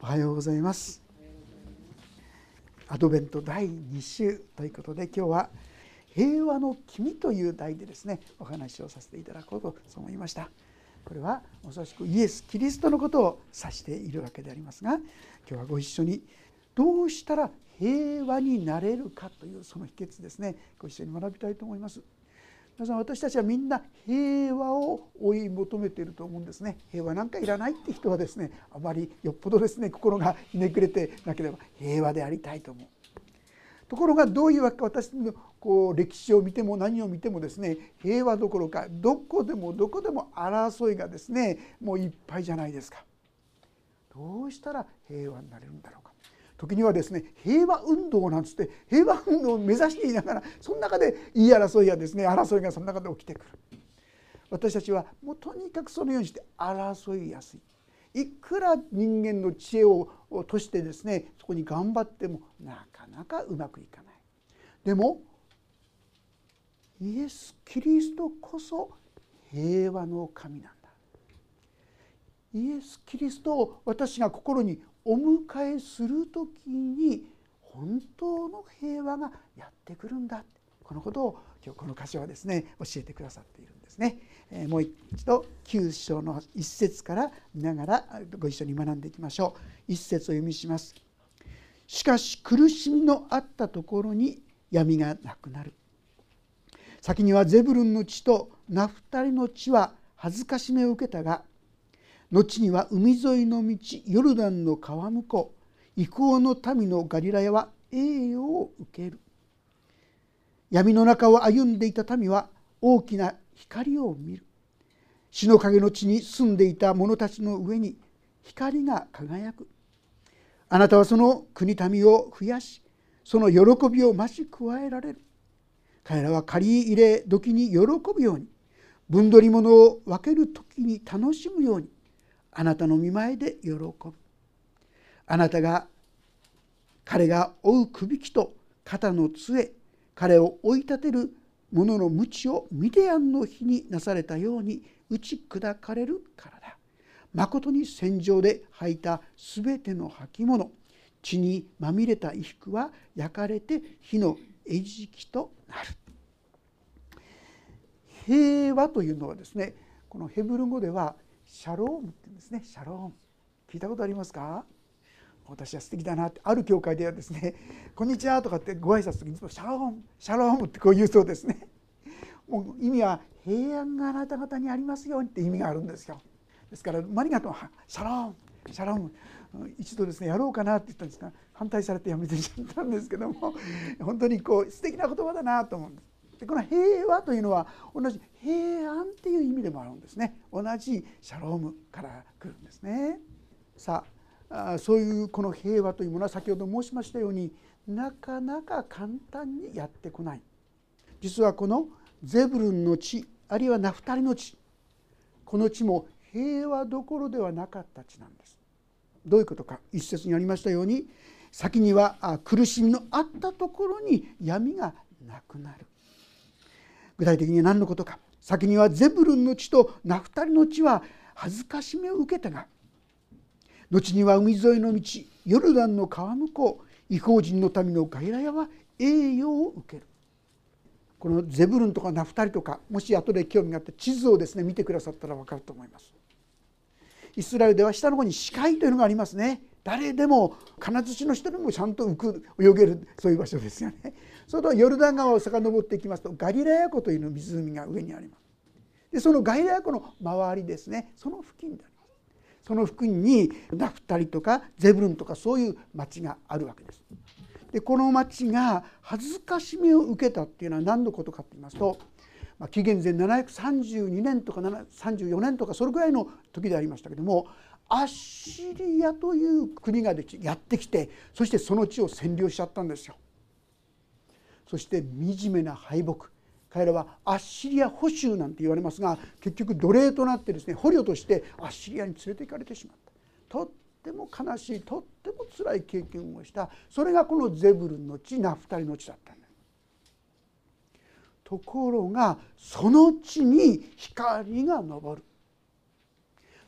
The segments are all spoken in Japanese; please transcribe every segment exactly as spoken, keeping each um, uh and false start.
おはようございます。アドベントだいに週ということで、今日は平和の君という題でですね、お話をさせていただこうと思いました。これはまさしくイエス・キリストのことを指しているわけでありますが、今日はご一緒にどうしたら平和になれるかというその秘訣ですね、ご一緒に学びたいと思います。皆さん、私たちはみんな平和を追い求めていると思うんですね。平和なんかいらないって人はですね、あまりよっぽどですね、心がひねくれてなければ平和でありたいと思う。ところがどういうわけか、私のこう歴史を見ても何を見てもですね、平和どころかどこでもどこでも争いがですね、もういっぱいじゃないですか。どうしたら平和になれるんだろうか。時にはですね、平和運動なんつって平和運動を目指していながら、その中で言い争いやですね、争いがその中で起きてくる。私たちはもうとにかくそのようにして争いやすい。いくら人間の知恵をとしてですね、そこに頑張ってもなかなかうまくいかない。でもイエス・キリストこそ平和の神なんだ。イエス・キリストを私が心にお迎えするときに本当の平和がやってくるんだ。このことを今日この箇所はですね、教えてくださっているんですね。えー、もう一度きゅう章の一節から見ながらご一緒に学んでいきましょう。一節を読みします。しかし苦しみのあったところに闇がなくなる。先にはゼブルンの地とナフタリの地は恥ずかしめを受けたが、後には海沿いの道ヨルダンの川向こう異邦の民のガリラヤは栄誉を受ける。闇の中を歩んでいた民は大きな光を見る。死の影の地に住んでいた者たちの上に光が輝く。あなたはその国民を増やし、その喜びを増し加えられる。彼らは借り入れ時に喜ぶように、分取り物を分ける時に楽しむように、あなたの御前で喜ぶ。あなたが彼が追うくびきと肩の杖、彼を追い立てる者の鞭をミディアンの日になされたように打ち砕かれるからだ。まことに戦場で履いたすべての履物、血にまみれた衣服は焼かれて火の餌食となる。平和というのはですね、このヘブル語ではシャロームって言うんですね。シャローム、聞いたことありますか？私は素敵だなって、ある教会ではですね、こんにちはとかってご挨拶にいつもシャロームシャロームってこう言うそうですね。もう意味は平安があなた方にありますようにって意味があるんですよ。ですからマリガトはシャロームシャローム、一度ですねやろうかなって言ったんですが、反対されてやめてしまったんですけども、本当にこう素敵な言葉だなと思うんです。でこの平和というのは同じ平安っていう意味でもあるんですね。同じシャロームから来るんですね。さあ、そういうこの平和というものは先ほど申しましたようになかなか簡単にやってこない。実はこのゼブルンの地、あるいはナフタリの地、この地も平和どころではなかった地なんです。どういうことか、一節にありましたように、先には苦しみのあったところに闇がなくなる。具体的に何のことか。先にはゼブルンの地とナフタリの地は恥ずかしめを受けたが、後には海沿いの道ヨルダンの川向こう異邦人の民のガリラヤは栄誉を受ける。このゼブルンとかナフタリとか、もし後で興味があって地図をですね見てくださったら分かると思います。イスラエルでは下の方に死海というのがありますね。誰でも金槌の人でもちゃんと浮く泳げる、そういう場所ですよね。それとヨルダン川を遡っていきますとガリラヤ湖というの湖が上にあります。でそのガリラヤ湖の周りですね、その付近であります。その付近にナフタリとかゼブルンとかそういう町があるわけです。でこの町が恥ずかしめを受けたっていうのは何のことかと言いますと、紀元前ななひゃくさんじゅうにねんとかさんじゅうよねんとかそれぐらいの時でありましたけども、アッシリアという国がやってきて、そしてその地を占領しちゃったんですよ。そして惨めな敗北、彼らはアッシリア捕囚なんて言われますが、結局奴隷となってですね、捕虜としてアッシリアに連れて行かれてしまった。とっても悲しい、とっても辛い経験をした。それがこのゼブルンの地、ナフタリの地だったんです。ところがその地に光が昇る。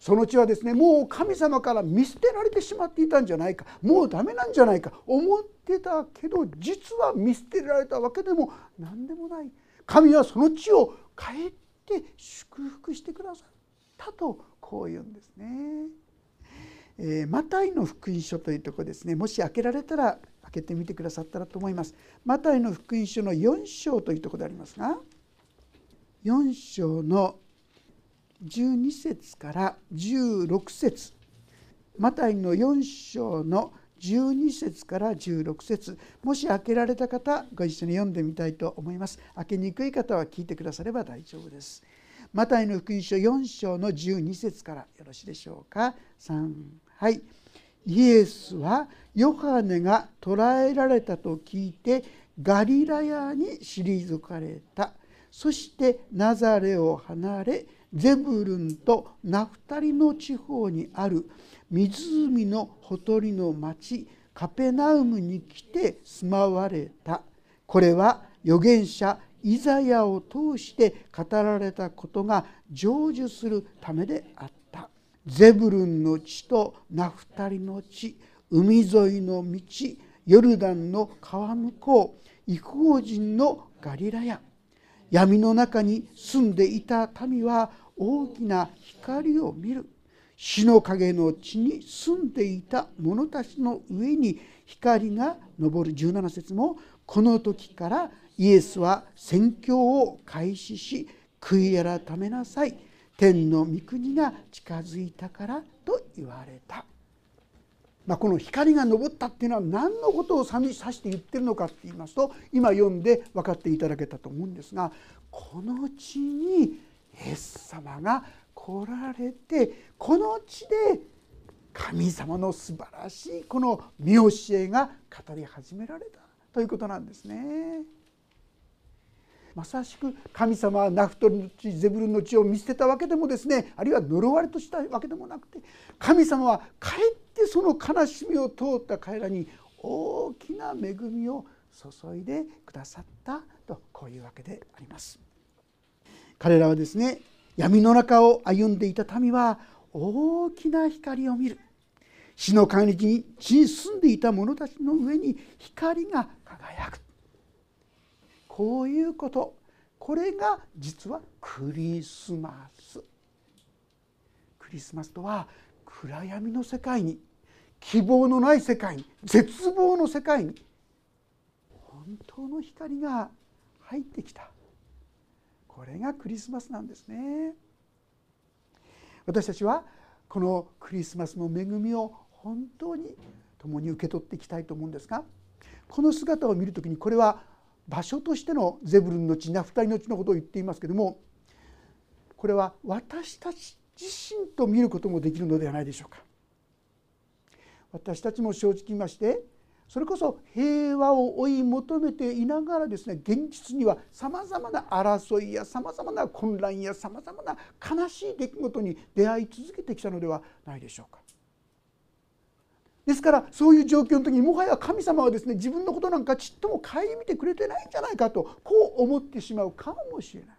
その地はですね、もう神様から見捨てられてしまっていたんじゃないか、もうダメなんじゃないか思ってたけど、実は見捨てられたわけでも何でもない。神はその地を帰って祝福してくださったと、こう言うんですね。えー、マタイの福音書というところですね、もし開けられたら開けてみてくださったらと思います。マタイの福音書のよん章というところでありますが、よん章のじゅうに節からじゅうろく節、マタイのよん章のじゅうに節からじゅうろく節、もし開けられた方ご一緒に読んでみたいと思います。開けにくい方は聞いてくだされば大丈夫です。マタイの福音書よん章のじゅうに節からよろしいでしょうか。さん、はい。イエスはヨハネが捕らえられたと聞いてガリラヤに退かれた。そしてナザレを離れ、ゼブルンとナフタリの地方にある湖のほとりの町カペナウムに来て住まわれた。これは預言者イザヤを通して語られたことが成就するためであった。ゼブルンの地とナフタリの地、海沿いの道、ヨルダンの川向こう、異邦人のガリラヤ。闇の中に住んでいた民は大きな光を見る。死の影の地に住んでいた者たちの上に光が昇る。じゅうなな節も、この時からイエスは宣教を開始し、悔い改めなさい、天の御国が近づいたからと言われた。まあ、この光が昇ったっていうのは何のことを指して言ってるのかって言いますと、今読んで分かっていただけたと思うんですが、この地にイエス様が来られて、この地で神様の素晴らしいこの見教えが語り始められたということなんですね。まさしく神様はナフトリの地、ゼブルンの地を見捨てたわけでもですね、あるいは呪われとしたわけでもなくて、神様はかえってその悲しみを通った彼らに大きな恵みを注いでくださったと、こういうわけであります。彼らはですね、闇の中を歩んでいた民は大きな光を見る。死の影に住んでいた者たちの上に光が輝く。こういうこと、これが実はクリスマス。クリスマスとは暗闇の世界に、希望のない世界に、絶望の世界に本当の光が入ってきた。これがクリスマスなんですね。私たちはこのクリスマスの恵みを本当に共に受け取っていきたいと思うんですが、この姿を見るときに、これは場所としてのゼブルンの地、ナフタリの地のことを言っていますけれども、これは私たち自身と見ることもできるのではないでしょうか。私たちも正直言いまして、それこそ平和を追い求めていながらですね、現実にはさまざまな争いやさまざまな混乱やさまざまな悲しい出来事に出会い続けてきたのではないでしょうか。ですからそういう状況の時に、もはや神様はですね、自分のことなんかちっとも顧みてくれてないんじゃないかと、こう思ってしまうかもしれない。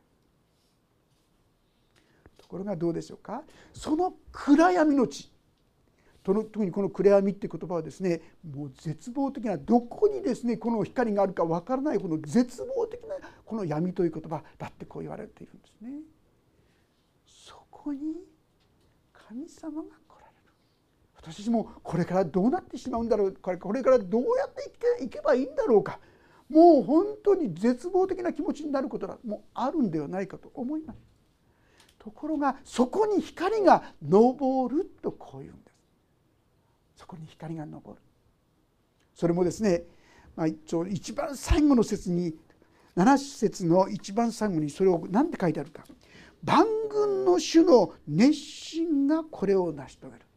ところがどうでしょうか。その暗闇の地、特にこの暗闇っていう言葉はですね、もう絶望的な、どこにですねこの光があるかわからないほど絶望的なこの闇という言葉だってこう言われているんですね。そこに神様が来られる。私たちもこれからどうなってしまうんだろう、これからどうやって生きていけばいいんだろうか、もう本当に絶望的な気持ちになることがもうあるんではないかと思います。ところがそこに光が昇るとこういうんです。そこに光が昇る。それもですね、まあ、一応一番最後の節に、なな節の一番最後にそれを何て書いてあるか。万軍の主の熱心がこれを成し遂げる。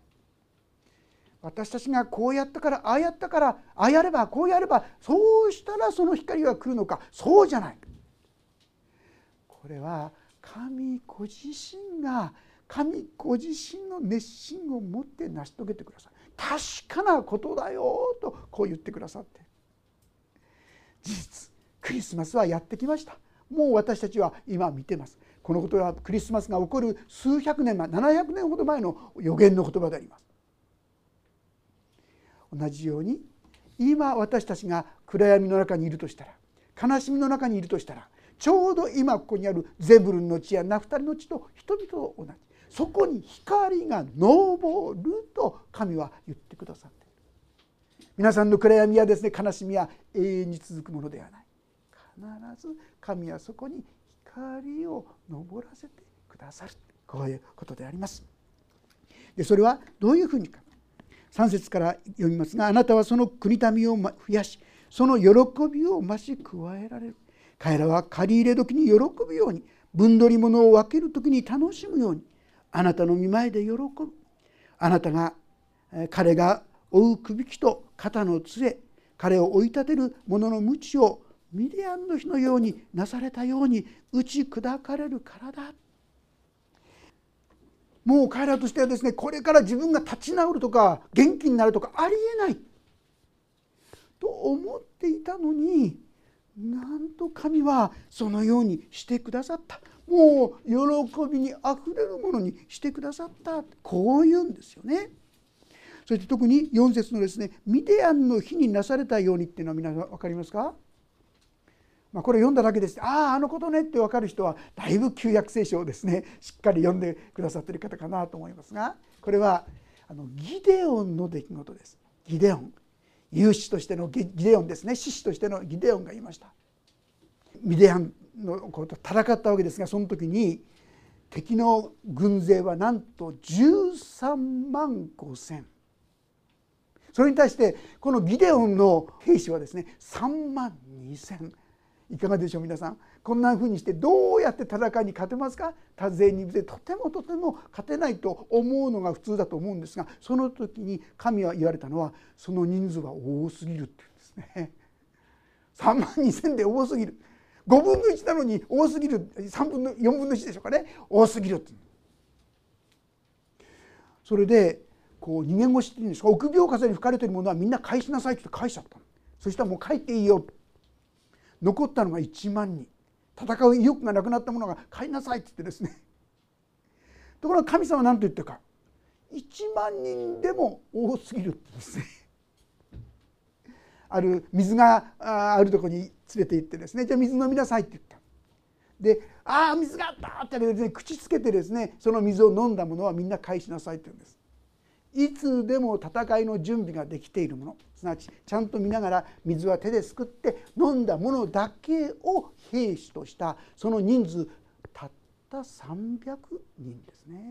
私たちがこうやったから、ああやったから、ああやれば、こうやれば、そうしたらその光が来るのか、そうじゃない。これは神ご自身が、神ご自身の熱心を持って成し遂げてください。確かなことだよとこう言ってくださって、事実クリスマスはやってきました。もう私たちは今見てます。 このことはクリスマスが起こる数百年前、ななひゃくねんほど前の予言の言葉であります。同じように今私たちが暗闇の中にいるとしたら、悲しみの中にいるとしたら、ちょうど今ここにあるゼブルンの地やナフタリの地と人々と同じ、そこに光が昇ると神は言ってくださっている。皆さんの暗闇やですね、悲しみは永遠に続くものではない。必ず神はそこに光を昇らせてくださる、こういうことであります。でそれはどういうふうにか、さん節から読みますが、あなたはその国民を増やし、その喜びを増し加えられる。彼らは借り入れ時に喜ぶように、分取り物を分ける時に楽しむように、あなたの御前で喜ぶ。あなたが彼が追うくびきと肩の杖、彼を追い立てる者の鞭をミディアンの日のようになされたように打ち砕かれるからだ。もう彼らとしてはですね、これから自分が立ち直るとか元気になるとかありえないと思っていたのに、なんと神はそのようにしてくださった。もう喜びにあふれるものにしてくださった、こういうんですよね。そして特によん節のですね、ミディアンの日になされたようにっていうのは皆さん分かりますか？まあ、これ読んだだけです。ああ、あのことねって分かる人はだいぶ旧約聖書をですねしっかり読んでくださっている方かなと思いますが、これはあのギデオンの出来事です。ギデオン、勇士としてのギデオンですね、士士としてのギデオンがいました。ミディアンのこと戦ったわけですが、その時に敵の軍勢はなんとじゅうさんまんごせん、それに対してこのギデオンの兵士はですねさんまんにせん。いかがでしょう皆さん。こんなふうにしてどうやって戦いに勝てますか？多勢にでとてもとても勝てないと思うのが普通だと思うんですが、その時に神は言われたのは、その人数は多すぎるって言うんですね。さんまんにせんで多すぎる。ごぶんのいちなのに多すぎる。さんぶんのよんぶんのいちでしょうかね、多すぎるって。それでこう逃げ腰っていうんですか、臆病風に吹かれているものはみんな返しなさいって言って返しちゃった。そしたらもう帰っていいよ。残ったのがいちまんにん、戦う意欲がなくなったものが帰りなさいって言ってですね、ところが神様は何と言ってるか、いちまんにんでも多すぎるってですねある水があるところに連れて行ってですね、じゃあ水飲みなさいって言った。で、ああ水があったってですね、口つけてですね、その水を飲んだものはみんな返しなさいって言うんです。いつでも戦いの準備ができているもの、すなわちちゃんと見ながら水は手ですくって飲んだものだけを兵士としたその人数たったさんびゃくにんですね。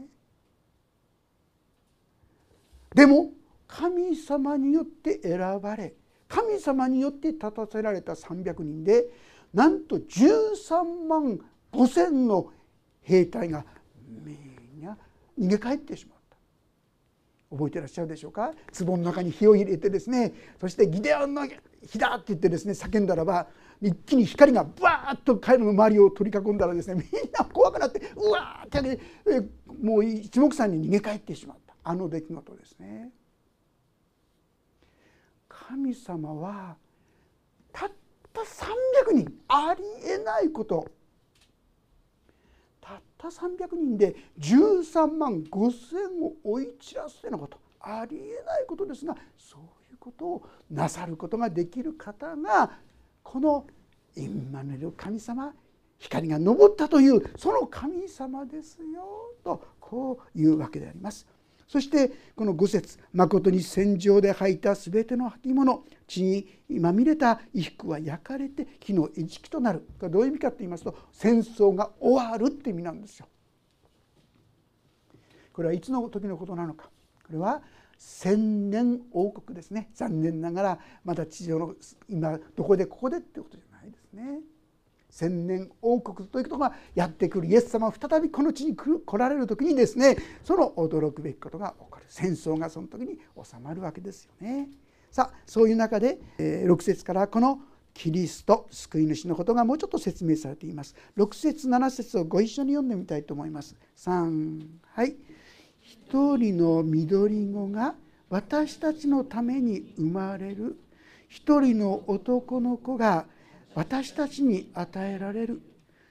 でも神様によって選ばれ、神様によって立たせられたさんびゃくにんで、なんとじゅうさんまんごせんの兵隊がみんな逃げ帰ってしまう。覚えていらっしゃるでしょうか？壺の中に火を入れてですね、そしてギデオンの火だって言ってですね叫んだらば、一気に光がバーッと彼の周りを取り囲んだらですね、みんな怖くなってうわーって、もう一目散に逃げ帰ってしまった、あの出来事ですね。神様はたったさんびゃくにん、ありえないこと、たったさんびゃくにんでじゅうさんまんごせんを追い散らすというようなこと、ありえないことですが、そういうことをなさることができる方がこのインマヌエル神様、光が昇ったというその神様ですよと、こういうわけであります。そしてこのご節、誠に戦場で履いたすべての履物、血にまみれた衣服は焼かれて火の餌食となる。これどういう意味かと言いますと、戦争が終わるって意味なんですよ。これはいつの時のことなのか。これは千年王国ですね。残念ながらまだ地上の今どこでここでってことじゃないですね。千年王国ということがやってくる、イエス様が再びこの地に来られる時にですね、その驚くべきことが起こる、戦争がその時に収まるわけですよね。さあ、そういう中でろく節からこのキリスト救い主のことがもうちょっと説明されています。ろく節なな節をご一緒に読んでみたいと思います。さん、はい。一人の緑子が私たちのために生まれる、一人の男の子が私たちに与えられる。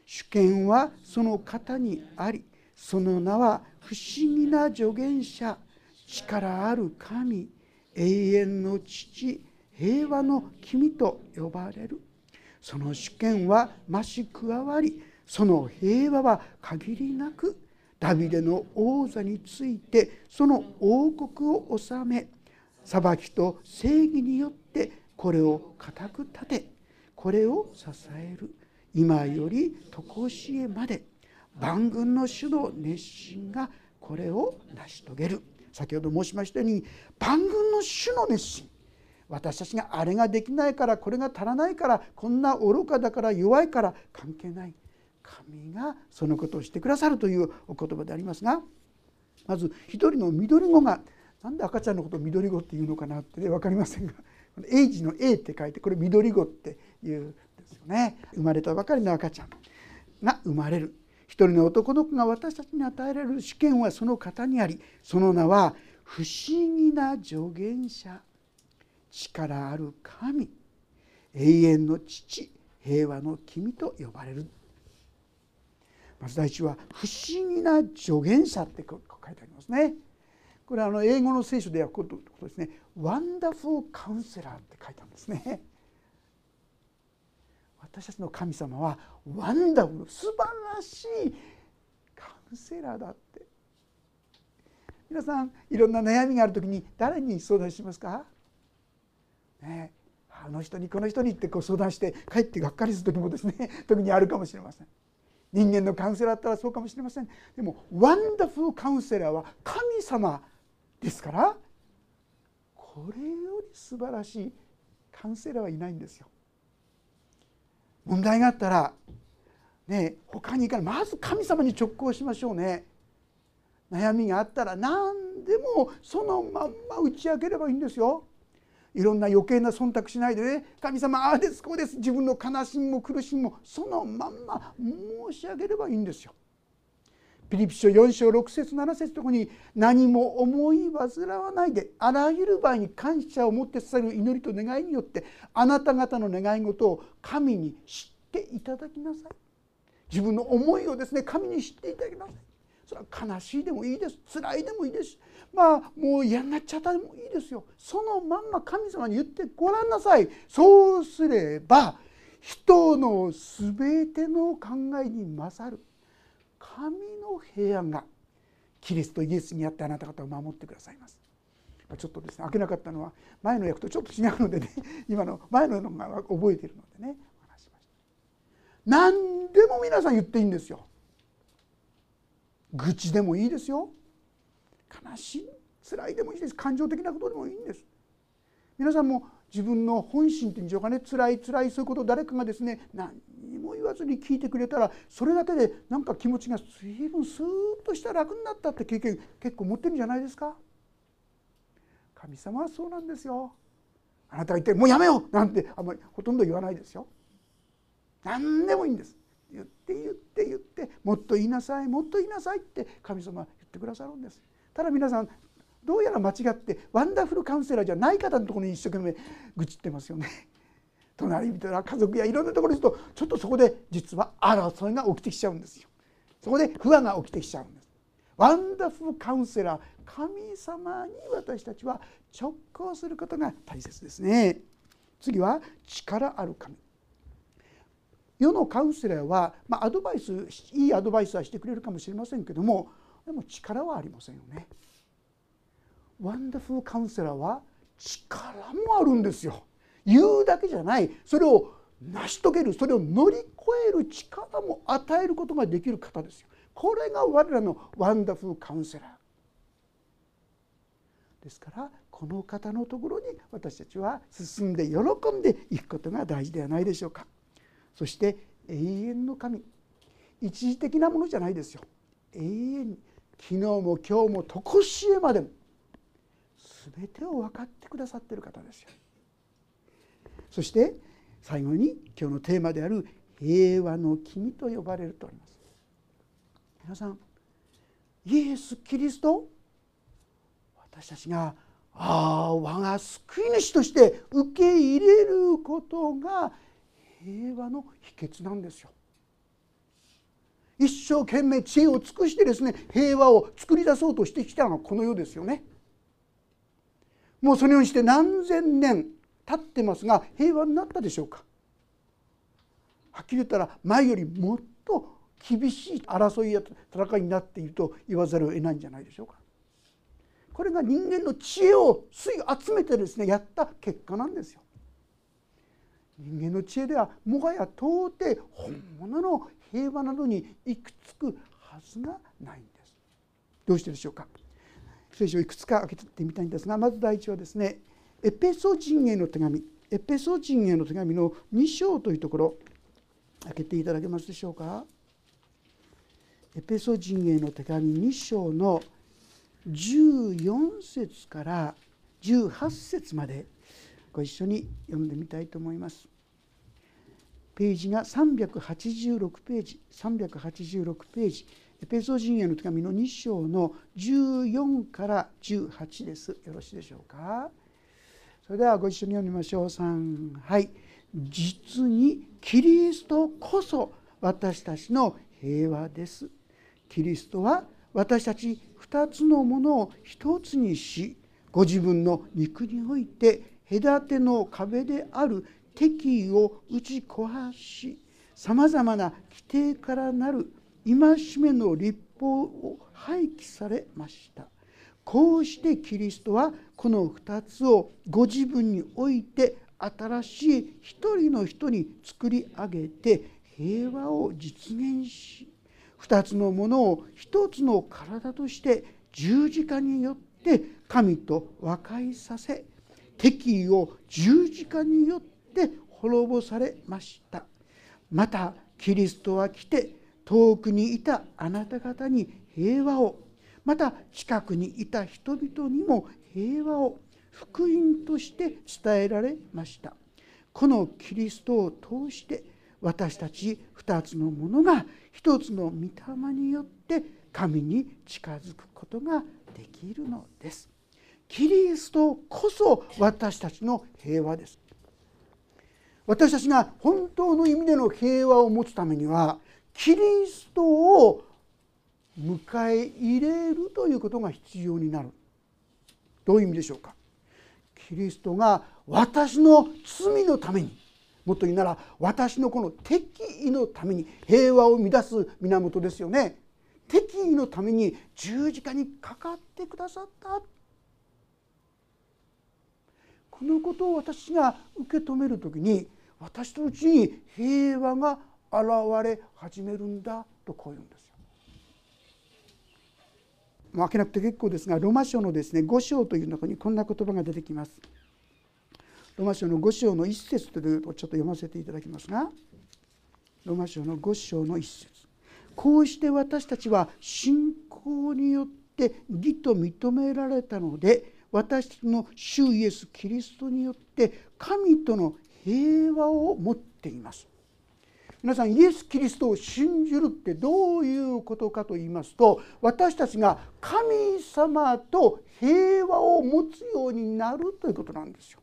主権はその方にあり、その名は不思議な助言者、力ある神、永遠の父、平和の君と呼ばれる。その主権は増し加わり、その平和は限りなくダビデの王座についてその王国を治め、裁きと正義によってこれを固く立て、これを支える。今より常しえまで万軍の主の熱心がこれを成し遂げる。先ほど申しましたように、万軍の主の熱心、私たちがあれができないから、これが足らないから、こんな愚かだから、弱いから関係ない。神がそのことをしてくださるというお言葉でありますが、まず一人の緑子が、なんで赤ちゃんのことを緑子っていうのかなって、ね、分かりませんが、英字の A って書いて、これ緑子っていうんですよね。生まれたばかりの赤ちゃんが生まれる。一人の男の子が私たちに与えられる主権はその方にあり、その名は不思議な助言者、力ある神、永遠の父、平和の君と呼ばれる。まず第一は不思議な助言者って書いてありますね。これはあの英語の聖書ではこういうことですね。ワンダフルカウンセラーって書いてあるんですね。私たちの神様はワンダフル、素晴らしいカウンセラーだって。皆さんいろんな悩みがあるときに誰に相談しますか？ね、あの人にこの人にってこう相談してかえってがっかりする時もですね、時にあるかもしれません。人間のカウンセラーだったらそうかもしれません。でもワンダフルカウンセラーは神様ですから、これより素晴らしいカウンセラーはいないんですよ。問題があったらね、他に行かない、まず神様に直行しましょうね。悩みがあったら何でもそのまんま打ち明ければいいんですよ。いろんな余計な忖度しないでね、神様ああですこうです、自分の悲しみも苦しみもそのまんま申し上げればいいんですよ。ピリピ書よん章ろく節なな節のところに、何も思い煩わないであらゆる場合に感謝を持って捧げる祈りと願いによってあなた方の願い事を神に知っていただきなさい。自分の思いをですね、神に知っていただきなさい。それは悲しいでもいいです、辛いでもいいです、まあもう嫌になっちゃったでもいいですよ。そのまんま神様に言ってごらんなさい。そうすれば人のすべての考えに勝る神の平安がキリストイエスにあってあなた方を守ってくださいます。ちょっとですね、開けなかったのは前の訳とちょっと違うのでね、今の前ののが覚えているのでね、お話しました。何でも皆さん言っていいんですよ。愚痴でもいいですよ、悲しい辛いでもいいです、感情的なことでもいいんです。皆さんも自分の本心っていうんでしょうかね、辛い辛いそういうことを誰かがですね、何にも言わずに聞いてくれたら、それだけでなんか気持ちが随分スーッとした楽になったって経験結構持ってるんじゃないですか。神様はそうなんですよ。あなたが言ってもうやめようなんてあんまりほとんど言わないですよ。何でもいいんです。言って言って言ってもっと言いなさいもっと言いなさいって神様は言ってくださるんです。ただ皆さんどうやら間違ってワンダフルカウンセラーじゃない方のところに一生懸命愚痴ってますよね。隣人や家族やいろんなところにするとちょっとそこで実は争いが起きてきちゃうんですよ。そこで不安が起きてきちゃうんです。ワンダフルカウンセラー、神様に私たちは直行することが大切ですね。次は力ある神。世のカウンセラーは、まあ、アドバイスいいアドバイスはしてくれるかもしれませんけども、でも力はありませんよね。ワンダフルカウンセラーは力もあるんですよ。言うだけじゃない、それを成し遂げる、それを乗り越える力も与えることができる方ですよ。これが我らのワンダフルカウンセラーですから、この方のところに私たちは進んで喜んでいくことが大事ではないでしょうか。そして永遠の神、一時的なものじゃないですよ。永遠に、昨日も今日も常しえまでも全てを分かってくださっている方ですよ。そして最後に今日のテーマである平和の君と呼ばれるとあります。皆さん、イエス・キリスト、私たちがああ我が救い主として受け入れることが平和の秘訣なんですよ。 一生懸命知恵を尽くしてですね、平和を作り出そうとしてきたのがこの世ですよね。もうそのようにして何千年経ってますが、平和になったでしょうか。はっきり言ったら前よりもっと厳しい争いや戦いになっていると言わざるを得ないんじゃないでしょうか。これが人間の知恵を集めてですね、やった結果なんですよ。人間の知恵ではもはや到底本物の平和などに行き着くはずがないんです。どうしてでしょうか。聖書をいくつか開けてみたいんですが、まず第一はですね、エペソ人への手紙、エペソ人への手紙のに章というところ、開けていただけますでしょうか。エペソ人への手紙に章のじゅうよん節からじゅうはち節までご一緒に読んでみたいと思います。ページがさんびゃくはちじゅうろくページ、さんびゃくはちじゅうろくページ、エペソ人への手紙のに章のじゅうよんからじゅうはちです。よろしいでしょうか。それではご一緒に読みましょう。さん、はい。実にキリストこそ私たちの平和です。キリストは私たち二つのものを一つにし、ご自分の肉において隔ての壁である敵意を打ち壊し、さまざまな規定からなる戒めの律法を廃棄されました。こうしてキリストはこの二つをご自分において新しい一人の人に作り上げて平和を実現し、二つのものを一つの体として十字架によって神と和解させ、敵意を十字架によって滅ぼされました。またキリストは来て遠くにいたあなた方に平和を、また近くにいた人々にも平和を福音として伝えられました。このキリストを通して私たち二つのものが一つの御霊によって神に近づくことができるのです。キリストこそ私たちの平和です。私たちが本当の意味での平和を持つためには、キリストを迎え入れるということが必要になる。どういう意味でしょうか。キリストが私の罪のために、もっと言うなら私のこの敵意のために、平和を乱す源ですよね。敵意のために十字架にかかってくださった。このことを私が受け止めるときに、私のうちに平和が現れ始めるんだとこう言うんですよ。もう開けなくて結構ですが、ロマ書のですねご章という中にこんな言葉が出てきます。ロマ書のご章の一節というとちょっと読ませていただきますが、ロマ書のご章の一節。こうして私たちは信仰によって義と認められたので、私たちの主イエスキリストによって神との平和を持っています。皆さん、イエス・キリストを信じるってどういうことかと言いますと、私たちが神様と平和を持つようになるということなんですよ。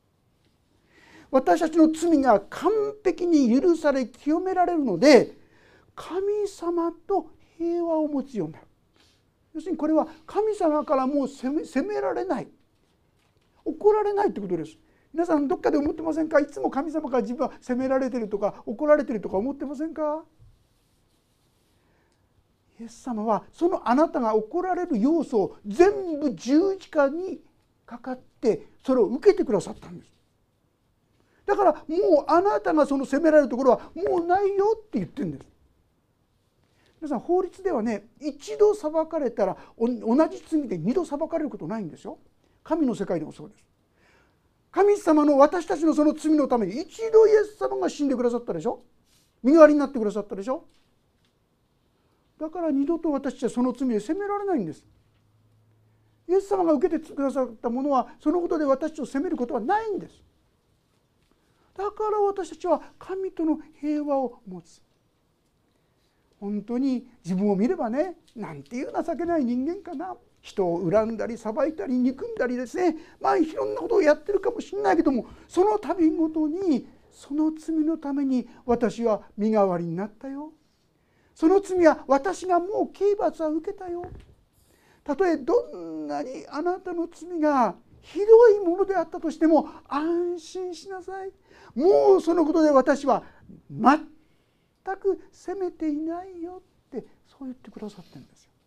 私たちの罪が完璧に許され清められるので、神様と平和を持つようになる。要するにこれは神様からもう責め、責められない、怒られないということです。皆さんどっかで思ってませんか。いつも神様から自分は責められているとか怒られているとか思ってませんか。イエス様はそのあなたが怒られる要素を全部十字架にかかってそれを受けてくださったんです。だからもうあなたがその責められるところはもうないよって言ってるんです。皆さん、法律ではね、一度裁かれたら同じ罪で二度裁かれることないんですよ。神の世界でもそうです。神様の私たちのその罪のために一度イエス様が死んでくださったでしょ。身代わりになってくださったでしょ。だから二度と私たちはその罪で責められないんです。イエス様が受けてくださったものはそのことで私たちを責めることはないんです。だから私たちは神との平和を持つ。本当に自分を見ればね、なんていう情けない人間かな、人を恨んだり裁いたり憎んだりですね、まあいろんなことをやってるかもしれないけども、その度ごとにその罪のために私は身代わりになったよ、 その罪は私がもう刑罰は受けたよ。たとえどんなにあなたの罪がひどいものであったとしても安心しなさい。もうそのことで私は全く責めていないよってそう言ってくださってるんですよ。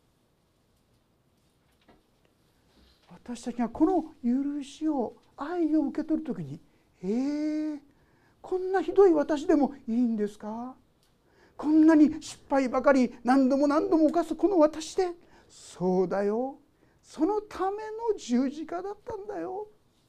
私たちがこの許しを愛を受け取るときに、えー、こんなひどい私でもいいんですか？こんなに失敗ばかり何度も何度も犯すこの私で、そうだよ、そのための十字架だったんだよ。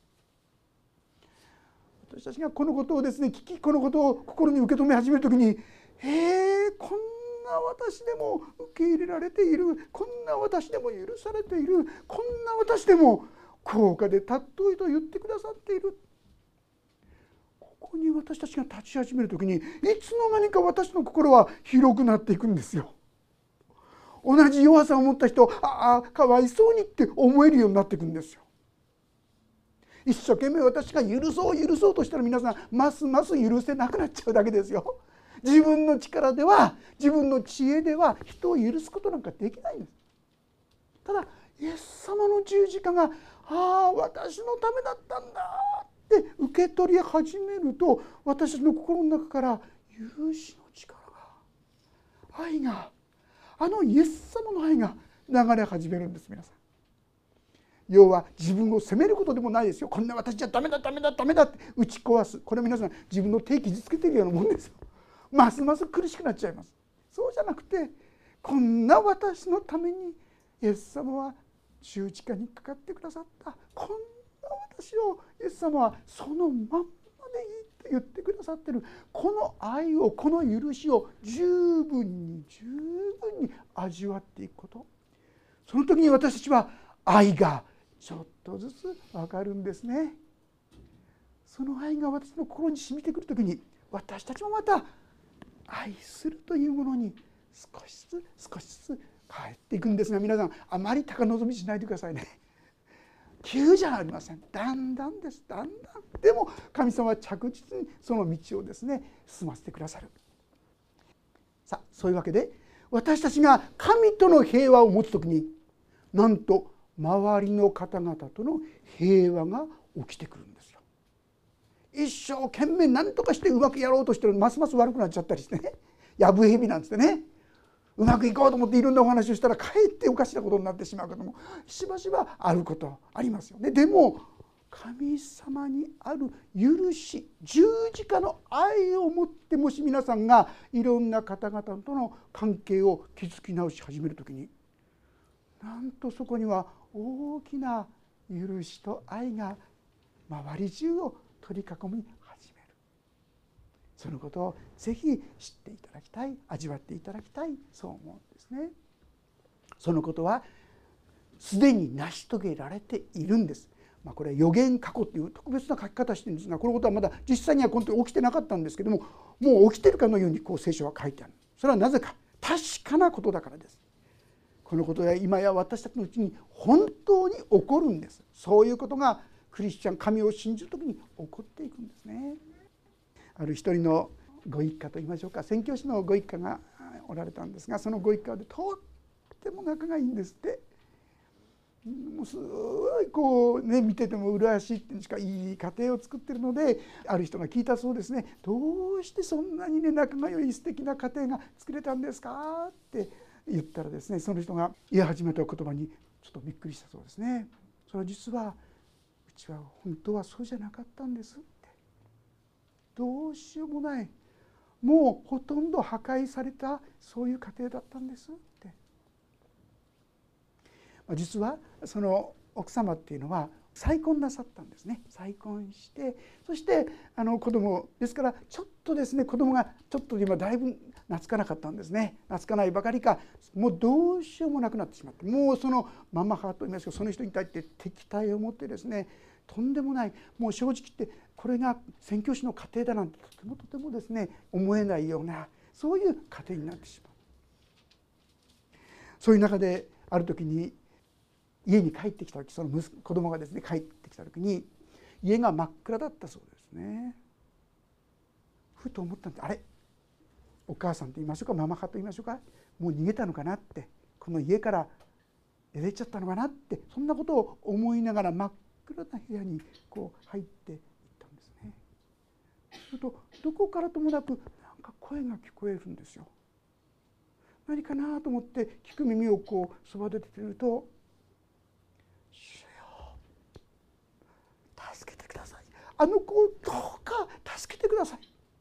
私たちがこのことをですね聞き、このことを心に受け止め始めるときに、えー、こんな私でも受け入れられている、こんな私でも許されている、こんな私でも高価で尊いと言ってくださっている。ここに私たちが立ち始めるときに、いつの間にか私の心は広くなっていくんですよ。同じ弱さを持った人、ああかわいそうにって思えるようになっていくんですよ。一生懸命私が許そう許そうとしたら、皆さんますます許せなくなっちゃうだけですよ。自分の力では、自分の知恵では人を許すことなんかできないんです。ただイエス様の十字架が、ああ私のためだったんだって受け取り始めると、私の心の中から許しの力が、愛が、あのイエス様の愛が流れ始めるんです。皆さん、要は自分を責めることでもないですよ。こんな私じゃダメだダメだダメだって打ち壊す、これ皆さん自分の手傷つけているようなもんですよ。ますます苦しくなっちゃいます。そうじゃなくて、こんな私のためにイエス様は十字架にかかってくださった、こんな私をイエス様はそのまんまでいいって言ってくださってる、この愛を、この許しを十分に十分に味わっていくこと、その時に私たちは愛がちょっとずつ分かるんですね。その愛が私の心に染みてくる時に、私たちもまた愛するというものに少しずつ少しずつ変えていくんですが、皆さんあまり高望みしないでくださいね。急じゃありません。だんだんです。だんだん。でも神様は着実にその道をですね進ませてくださる。さあ、そういうわけで私たちが神との平和を持つときに、なんと周りの方々との平和が起きてくるんですよ。一生懸命何とかしてうまくやろうとしてるのに、ますます悪くなっちゃったりしてね、やぶへびなんつってね、うまくいこうと思っていろんなお話をしたらかえっておかしなことになってしまうこともしばしばあることありますよね。でも神様にある許し、十字架の愛をもって、もし皆さんがいろんな方々との関係を築き直し始めるときに、なんとそこには大きな許しと愛が周り中を取り囲み始める。そのことをぜひ知っていただきたい、味わっていただきたい、そう思うんですね。そのことはすでに成し遂げられているんです。まあ、これは予言過去という特別な書き方をしているんですが、このことはまだ実際には本当に起きてなかったんですけども、もう起きているかのようにこう聖書は書いてある。それはなぜか、確かなことだからです。このことは今や私たちのうちに本当に起こるんです。そういうことがクリスチャン、神を信じるときに起こっていくんですね。ある一人のご一家といいましょうか、宣教師のご一家がおられたんですが、そのご一家でとっても仲がいいんですって。もうすごいこうね、見てても麗しいっていうんですか、いい家庭を作ってるので、ある人が聞いたそうですね。どうしてそんなにね仲が良い素敵な家庭が作れたんですかって言ったらですね、その人が言い始めた言葉にちょっとびっくりしたそうですね。それは実はうちは本当はそうじゃなかったんですって。どうしようもない、もうほとんど破壊されたそういう家庭だったんですって。実はその奥様っていうのは再婚なさったんですね。再婚して、そしてあの子供ですから、ちょっとですね子供がちょっと今だいぶ懐かなかったんですね。懐かないばかりか、もうどうしようもなくなってしまって、もうそのママ母と言いますけど、その人に対して敵対を持ってですね、とんでもない、もう正直言ってこれが宣教師の家庭だなんてとてもとてもですね思えないような、そういう家庭になってしまう。そういう中である時に家に帰ってきた時、その息子子供がですね帰ってきた時に家が真っ暗だったそうですね。ふと思ったんです。あれ、 お母さんと言いましょうかママ派と言いましょうか、もう逃げたのかなって、この家から出てっちゃったのかなって、そんなことを思いながら真っ暗な部屋にこう入っていったんですね。するとどこからともなくなんか声が聞こえるんですよ。何かなと思って聞く耳をこうそばで出てると、主よ助けてください、あの子をどうか助けてください。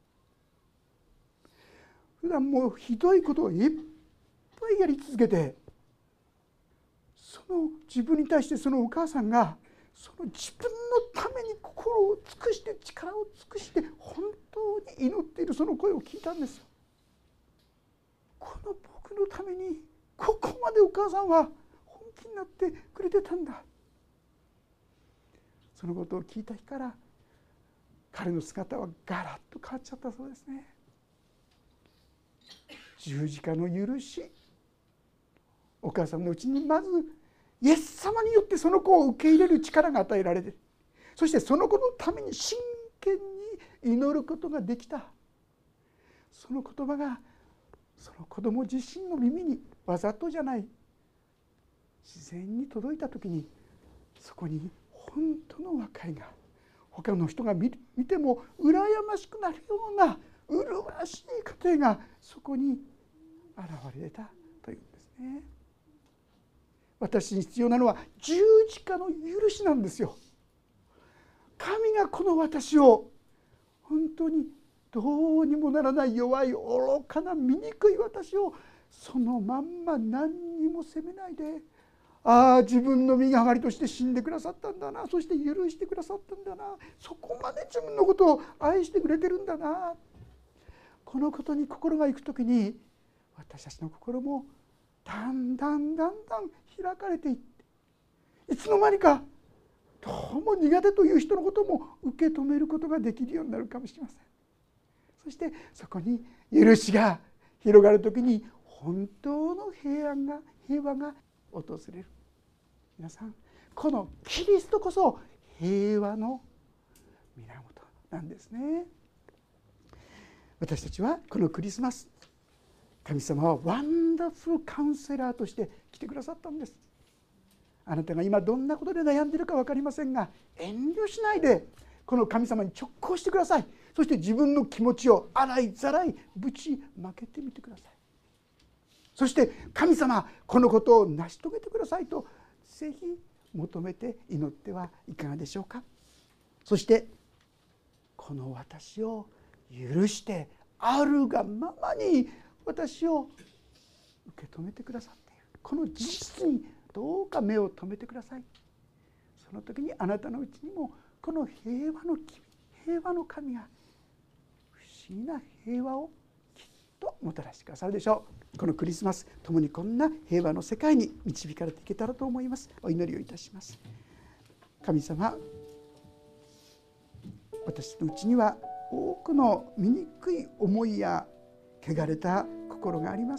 普段もうひどいことをいっぱいやり続けて、その自分に対してそのお母さんがその自分のために心を尽くして力を尽くして本当に祈っているその声を聞いたんですよ。この僕のためにここまでお母さんは本気になってくれてたんだ。そのことを聞いた日から彼の姿はガラッと変わっちゃったそうですね。十字架の許し、お母さんのうちにまずイエス様によってその子を受け入れる力が与えられて、そしてその子のために真剣に祈ることができた。その言葉がその子供自身の耳にわざとじゃない自然に届いた時に、そこに本当の和解が他の人が見ても羨ましくなるような麗しい家庭がそこに現れたというんですね。私に必要なのは十字架の許しなんですよ。神がこの私を本当にどうにもならない弱い愚かな醜い私をそのまんま何にも責めないで、ああ自分の身代わりとして死んでくださったんだな、そして許してくださったんだな、そこまで自分のことを愛してくれてるんだな、このことに心がいくときに私たちの心もだんだんだんだん開かれていって、いつの間にかどうも苦手という人のことも受け止めることができるようになるかもしれません。そしてそこに許しが広がるときに本当の平安が平和が訪れる。皆さん、このキリストこそ平和の源なんですね。私たちはこのクリスマス、神様はワンダフルカウンセラーとして来てくださったんです。あなたが今どんなことで悩んでいるか分かりませんが、遠慮しないでこの神様に直行してください。そして自分の気持ちを洗いざらいぶちまけてみてください。そして神様、このことを成し遂げてくださいとぜひ求めて祈ってはいかがでしょうか。そしてこの私を許してあるがままに私を受け止めてくださっている、この事実にどうか目を留めてください。その時にあなたのうちにもこの平和の平和の神が不思議な平和をきっともたらしてくださるでしょう。このクリスマス、共にこんな平和の世界に導かれていけたらと思います。お祈りをいたします。神様、私のうちには多くの醜い思いや汚れた心があります。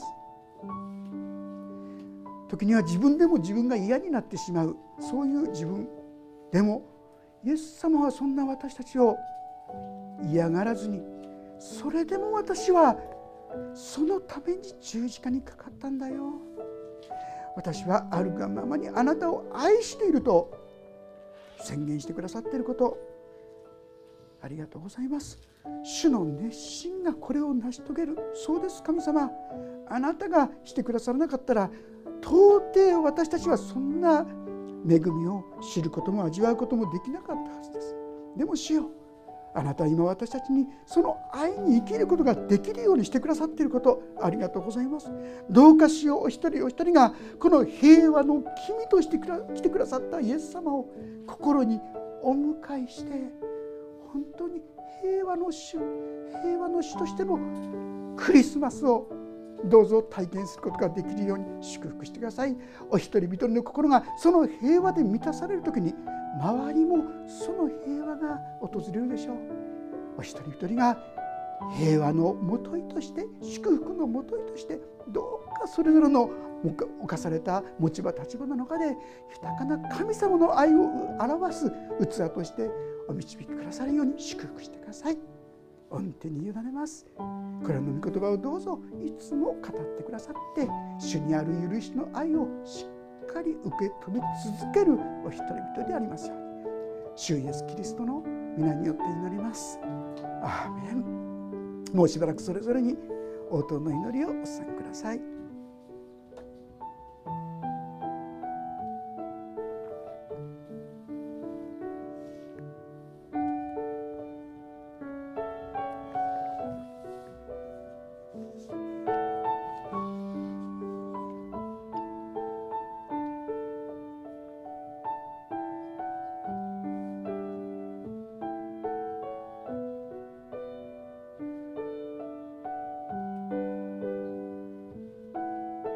時には自分でも自分が嫌になってしまう、そういう自分でもイエス様はそんな私たちを嫌がらずに、それでも私はそのために十字架にかかったんだよ、私はあるがままにあなたを愛していると宣言してくださっていること、ありがとうございます。主の熱心がこれを成し遂げる。そうです、神様、あなたがしてくださらなかったら到底私たちはそんな恵みを知ることも味わうこともできなかったはずです。でも主よ、あなたは今私たちにその愛に生きることができるようにしてくださっていること、ありがとうございます。どうか主よ、お一人お一人がこの平和の君として来てくださったイエス様を心にお迎えして、本当に平和の主、平和の主としてのクリスマスをどうぞ体験することができるように祝福してください。お一人一人の心がその平和で満たされるときに、周りもその平和が訪れるでしょう。お一人一人が平和のもといとして、祝福のもといとして、どうかそれぞれの侵された持ち場立場の中で豊かな神様の愛を表す器としてお導きくださるように祝福してください。 御手に委ねます。これらの御言葉をどうぞいつも語ってくださって、主にある許しの愛をしっかり受け止め続けるお一人々でありますように、主イエスキリストの皆によって祈ります。アーメン。もうしばらくそれぞれに応答の祈りをお捧げください。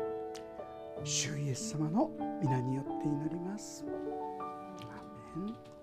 主イエス様の皆によって祈ります。アーメン。